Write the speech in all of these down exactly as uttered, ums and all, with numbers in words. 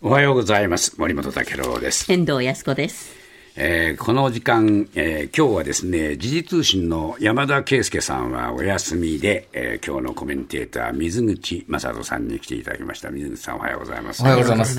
おはようございます。森本武郎です。 遠藤康子です。 えー、この時間、えー、今日はですね、時事通信の山田圭介さんはお休みで、えー、今日のコメンテーター水口正人さんに来ていただきました。水口さん、おはようございます。 おはようございます。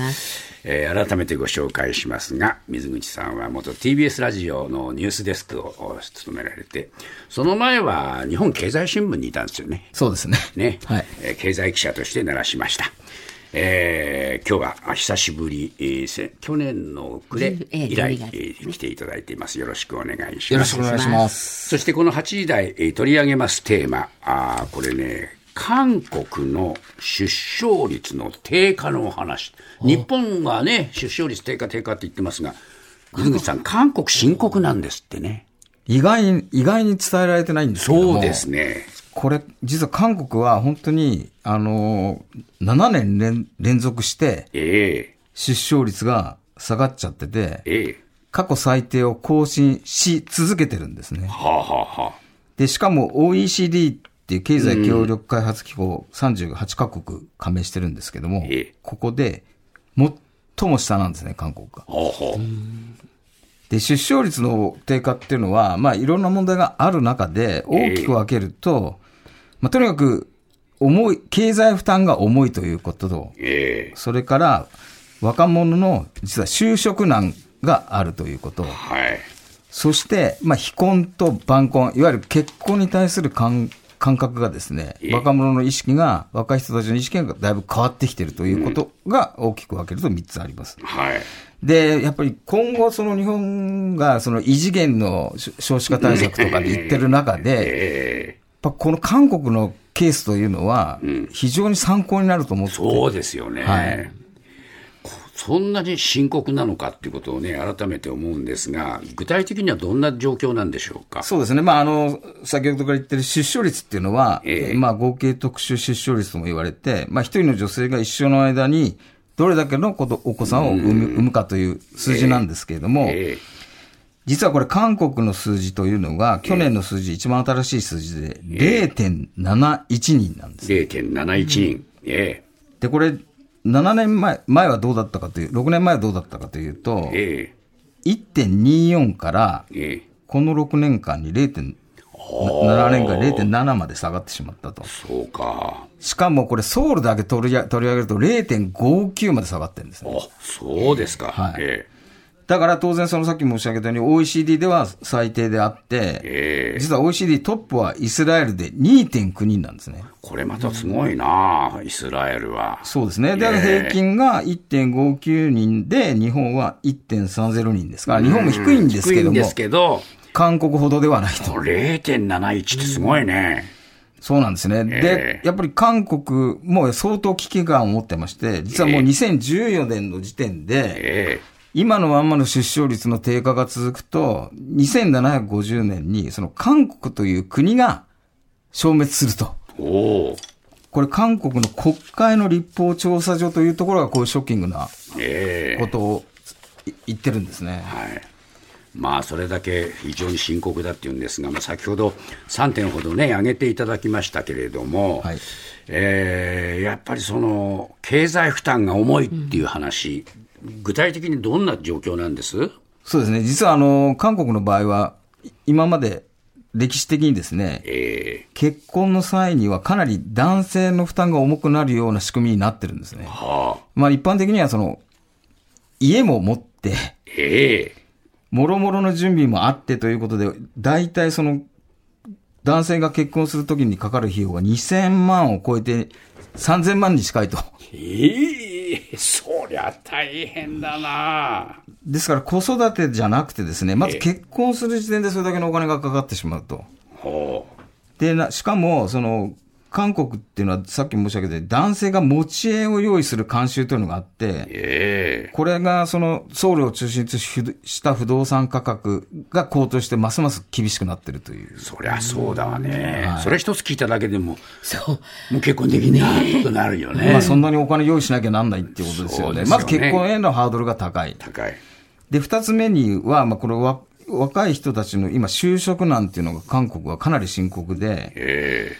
えー、改めてご紹介しますが、水口さんは元 ティービーエス ラジオのニュースデスクを務められて、その前は日本経済新聞にいたんですよね。 そうですね。 ね、 はい、 えー、経済記者として鳴らしました。えー、今日は久しぶり、えー、去年の暮れ以来、えー、来ていただいています。よろしくお願いします。 よろしくお願いします。 そしてこのはちじ台、えー、取り上げますテーマ、あこれね、韓国の出生率の低下のお話。日本はね、出生率低下低下って言ってますが、水口さん、韓国深刻なんですってね。 意外に意外に伝えられてないんですけども。 そうですね。 これ実は韓国は本当にあのななねん 連, 連続して出生率が下がっちゃってて、えー、過去最低を更新し続けてるんですね。 はあはあはあ、でしかも オーイーシーディー っていう経済協力開発機構さんじゅうはちカ国加盟してるんですけども、えー、ここで最も下なんですね、韓国が。はあはあ、で出生率の低下っていうのは、まあ、いろんな問題がある中で大きく分けると、えーまあ、とにかく重い経済負担が重いということと、えー、それから若者の実は就職難があるということ、はい、そして、まあ、非婚と晩婚、いわゆる結婚に対する感覚がですね、えー、若者の意識が、若い人たちの意識がだいぶ変わってきているということが大きく分けるとみっつあります。はい、で、やっぱり今後その日本がその異次元の少子化対策とかで言ってる中で、えーこの韓国のケースというのは非常に参考になると思って、 うん、そうですよね、はい、そんなに深刻なのかということをね改めて思うんですが、具体的にはどんな状況なんでしょうか。 そうですね、まあ、あの先ほどから言ってる出生率っていうのは、えーまあ、合計特殊出生率とも言われて、まあ、一人の女性が一生の間にどれだけのお子さんを産む、産むかという数字なんですけれども、えーえー実はこれ韓国の数字というのが去年の数字、一番新しい数字で ゼロてんなないちにんなんです。 ゼロてんなないちにん、えー、でこれななねんまえ前はどうだったかというろくねんまえはどうだったかというと、えー、いってんにじゅうよん から、えー、このろくねんかんに ゼロてんなな 年間 ゼロてんなな まで下がってしまったと。 そうか。しかもこれソウルだけ取り上げると ゼロてんごきゅう まで下がってるんですね。 あ、そうですか。はい、えーだから当然そのさっき申し上げたように オーイーシーディー では最低であって、えー、実は オーイーシーディー トップはイスラエルで にてんきゅうにんなんですね。 これまたすごいな、うん、イスラエルは。 そうですね。で、えー、平均が いってんごきゅうにんで日本は いってんさんぜろにんですから、日本も低いんですけども、低いんですけど韓国ほどではないと。 ゼロてんなないち ってすごいね、 うん、そうなんですね。で、えー、やっぱり韓国も相当危機感を持ってまして、実はもうにせんじゅうよねんの時点で、えー今のまんまの出生率の低下が続くと、にせんななひゃくごじゅうねんにその韓国という国が消滅すると。おこれ韓国の国会の立法調査所というところがこういうショッキングなことを言ってるんですね。 はい。まあそれだけ非常に深刻だっていうんですが、まあ、先ほどさんてんほどね挙げていただきましたけれども、はいえー、やっぱりその経済負担が重いっていう話、うん具体的にどんな状況なんです？ そうですね。実はあの韓国の場合は今まで歴史的にですね、えー、結婚の際にはかなり男性の負担が重くなるような仕組みになってるんですね。はあ、まあ一般的にはその家も持って、えー、もろもろの準備もあってということで、大体その男性が結婚するときにかかる費用がにせんまんを超えてさんぜんまんに近いと。 えー、そりゃ大変だな。 ですから子育てじゃなくてですね、まず結婚する時点でそれだけのお金がかかってしまうと。ほうでなしかもその韓国っていうのはさっき申し上げたように男性が持ち家を用意する慣習というのがあって、えー、これがそのソウルを中心とした不動産価格が高騰してますます厳しくなっているという。 そりゃそうだわね、はい、それ一つ聞いただけでもそうもう結婚できないことになるよね。 まあそんなにお金用意しなきゃなんないっていうことですよね。まず結婚へのハードルが高い。 高い。 で二つ目には、まあ、これは若い人たちの今就職難っていうのが韓国はかなり深刻で、えー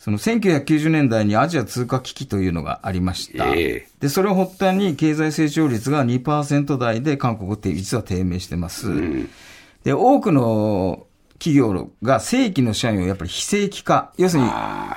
そのせんきゅうひゃくきゅうじゅうねんだいにアジア通貨危機というのがありました。えー、で、それを発端に経済成長率が にパーセント 台で韓国って実は低迷してます。うん、で、多くの企業が正規の社員をやっぱり非正規化、要するに、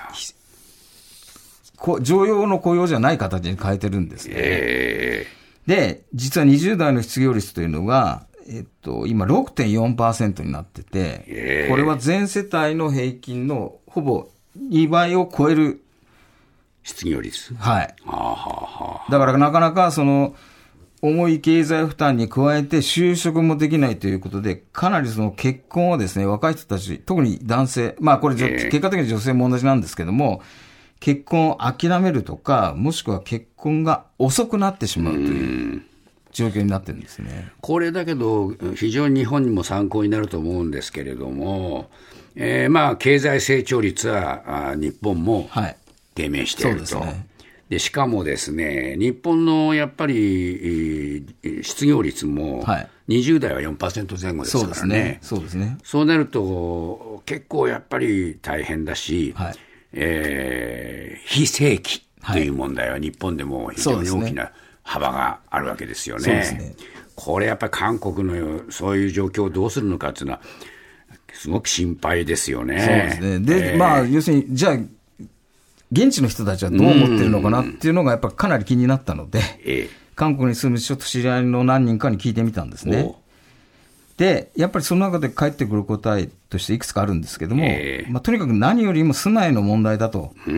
常用の雇用じゃない形に変えてるんですね。えー、で、実はにじゅうだいの失業率というのが、えっと、今 ろくてんよんパーセント になってて、えー、これは全世帯の平均のほぼにばいを超える失業率。 はい。 はあはあ、だからなかなかその重い経済負担に加えて就職もできないということで、かなりその結婚をですね、若い人たち、特に男性、まあこれ、えー、結果的に女性も同じなんですけども、結婚を諦めるとか、もしくは結婚が遅くなってしまうという状況になってるんですね。 これだけど非常に日本にも参考になると思うんですけれども、えー、まあ経済成長率はあ日本も低迷していると、はい、そうですね。でしかもですね、日本のやっぱり失業率もにじゅうだいは よんパーセント 前後ですからね。 そうですね。 そうなると結構やっぱり大変だし、はい、えー、非正規という問題は日本でも非常に大きな幅があるわけですよね。そうですね。これやっぱり韓国のそういう状況をどうするのかっていうのはすごく心配ですよね。 そうですね。で、えー、まあ、要するに、じゃあ、現地の人たちはどう思ってるのかなっていうのが、やっぱりかなり気になったので、えー、韓国に住むちょっと知り合いの何人かに聞いてみたんですね。で、やっぱりその中で返ってくる答えとしていくつかあるんですけども、えーまあ、とにかく何よりも住まいの問題だと。うん、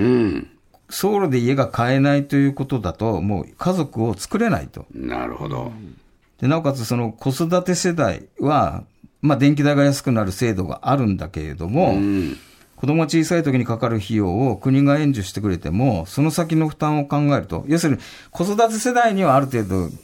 ソウルで家が買えないということだと、もう家族を作れないと。 なるほど。 で、なおかつその子育て世代は、まあ、電気代が安くなる制度があるんだけれども、うん、子供が小さい時にかかる費用を国が援助してくれても、その先の負担を考えると、要するに子育て世代にはある程度、うん、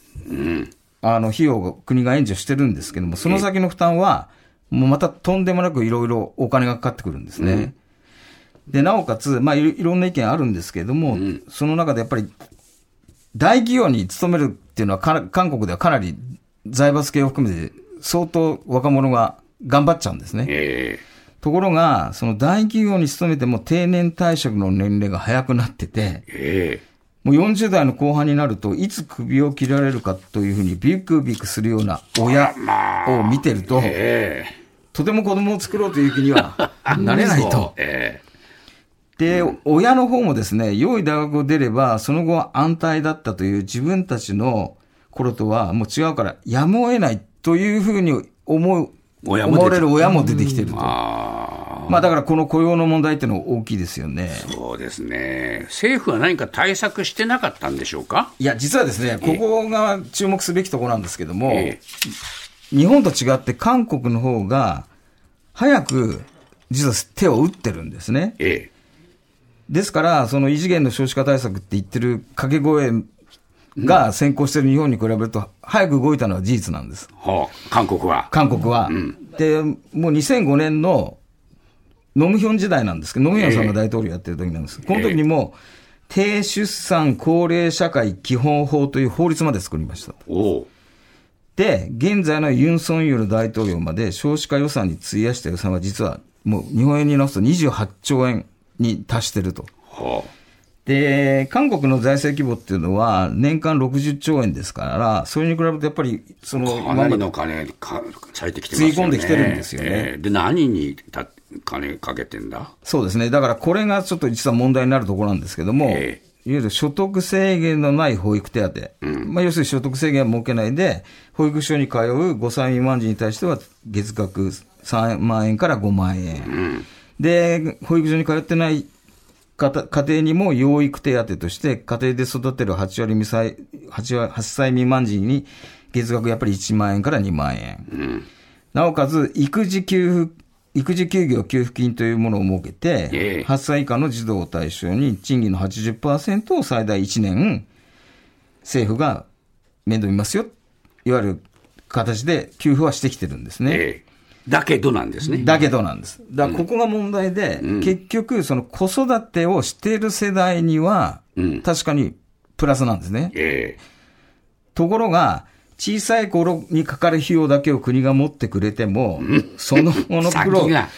あの費用を国が援助してるんですけども、その先の負担は、もうまたとんでもなくいろいろお金がかかってくるんですね。うん、で、なおかつ、まあいろ、いろんな意見あるんですけれども、うん、その中でやっぱり、大企業に勤めるっていうのはか、韓国ではかなり財閥系を含めて、相当若者が頑張っちゃうんですね。えー、ところが、その大企業に勤めても定年退職の年齢が早くなってて、えー、もうよんじゅうだいの後半になると、いつ首を切られるかというふうにビクビクするような親を見てると、えー、とても子供を作ろうという気にはなれないと。えー、で、うん、親の方もですね、良い大学を出れば、その後は安泰だったという自分たちの頃とはもう違うから、やむを得ないというふうに思う、思われる親も出てきてると。あまあだからこの雇用の問題っていうのは大きいですよね。 そうですね。政府は何か対策してなかったんでしょうか？ いや、実はですね、ここが注目すべきところなんですけども、えー、日本と違って韓国の方が早く実は手を打ってるんですね。えー、ですから、その異次元の少子化対策って言ってる掛け声が先行している日本に比べると早く動いたのは事実なんです。 はあ、韓国は。 韓国は、うん。で、もうにせんごねんのノムヒョン時代なんですけど、ノムヒョンさんが大統領やってる時なんです。えー、この時にも、低出産高齢社会基本法という法律まで作りました。おで、現在のユン・ソンヨル大統領まで少子化予算に費やした予算は実はもう日本円に直すとにじゅうはっちょうえんに達してると。はあで、韓国の財政規模っていうのは年間ろくじゅっちょうえんですから、それに比べるとやっぱりそのかなりの金かされてきてますよね。 つぎ込んできてるんですよね。 えー、で、何にた金かけてんだ？ そうですね。だからこれがちょっと実は問題になるところなんですけども、えー、いわゆる所得制限のない保育手当、うん、まあ要するに所得制限を設けないで保育所に通うごさい未満児に対しては月額さんまんえんからごまんえん、うん、で保育所に通ってない家庭にも養育手当として家庭で育てるはちわり未歳はちさい未満児に月額やっぱりいちまんえんからにまんえん、うん、なおかつ育児給付育児休業給付金というものを設けて、えー、はっさい以下の児童を対象に賃金の はちじゅっパーセント を最大いちねん政府が面倒見ますよ、いわゆる形で給付はしてきてるんですね。えーだけどなんですね。 だけどなんです。だからここが問題で、うん、結局その子育てをしている世代には、確かにプラスなんですね。うんえー、ところが、小さい頃にかかる費用だけを国が持ってくれても、うん、その後の苦労、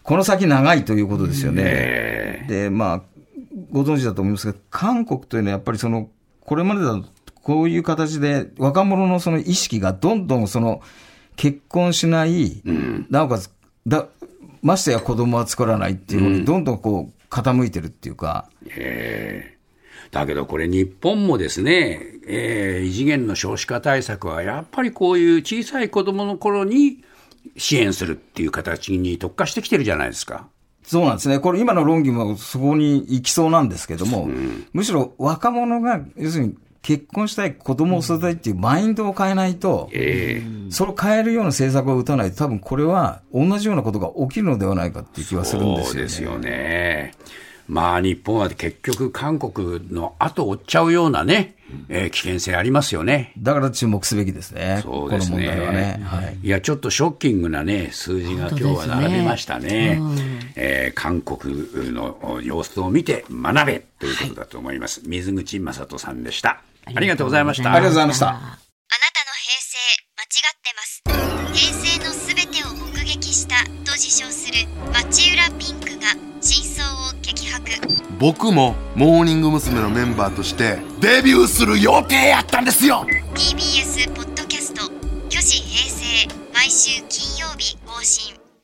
この先長いということですよね。で、まあ、ご存知だと思いますが、韓国というのはやっぱりその、これまでだとこういう形で若者のその意識がどんどんその結婚しない、うん、なおかつだ、ましてや子供は作らないっていうのにどんどんこう傾いてるっていうか。 うん、へー。だけどこれ日本もですね、えー、異次元の少子化対策はやっぱりこういう小さい子供の頃に支援するっていう形に特化してきてるじゃないですか。 そうなんですね。これ今の論議もそこに行きそうなんですけども、うん、むしろ若者が要するに結婚したい、子供を育てたいっていうマインドを変えないと、えー、それを変えるような政策を打たないと、多分これは同じようなことが起きるのではないかっていう気はするんですよね。 そうですよね。まあ日本は結局韓国の後を追っちゃうようなね、えー、危険性ありますよね。 だから注目すべきですね。 そうですね。 この問題はね。はい。 いや、ちょっとショッキングなね、数字が今日は並びましたね。うんえー、韓国の様子を見て学べということだと思います。はい、水口正人さんでした。ありがとうございました。 ありがとうございました。あなたの平成間違ってます。平成のすべてを目撃したと自称する町浦ピンクが真相を激白。 僕もモーニング娘。のメンバーとしてデビューする予定やったんですよ。 ティービーエス ポッドキャスト「虚子平成」毎週金曜日更新。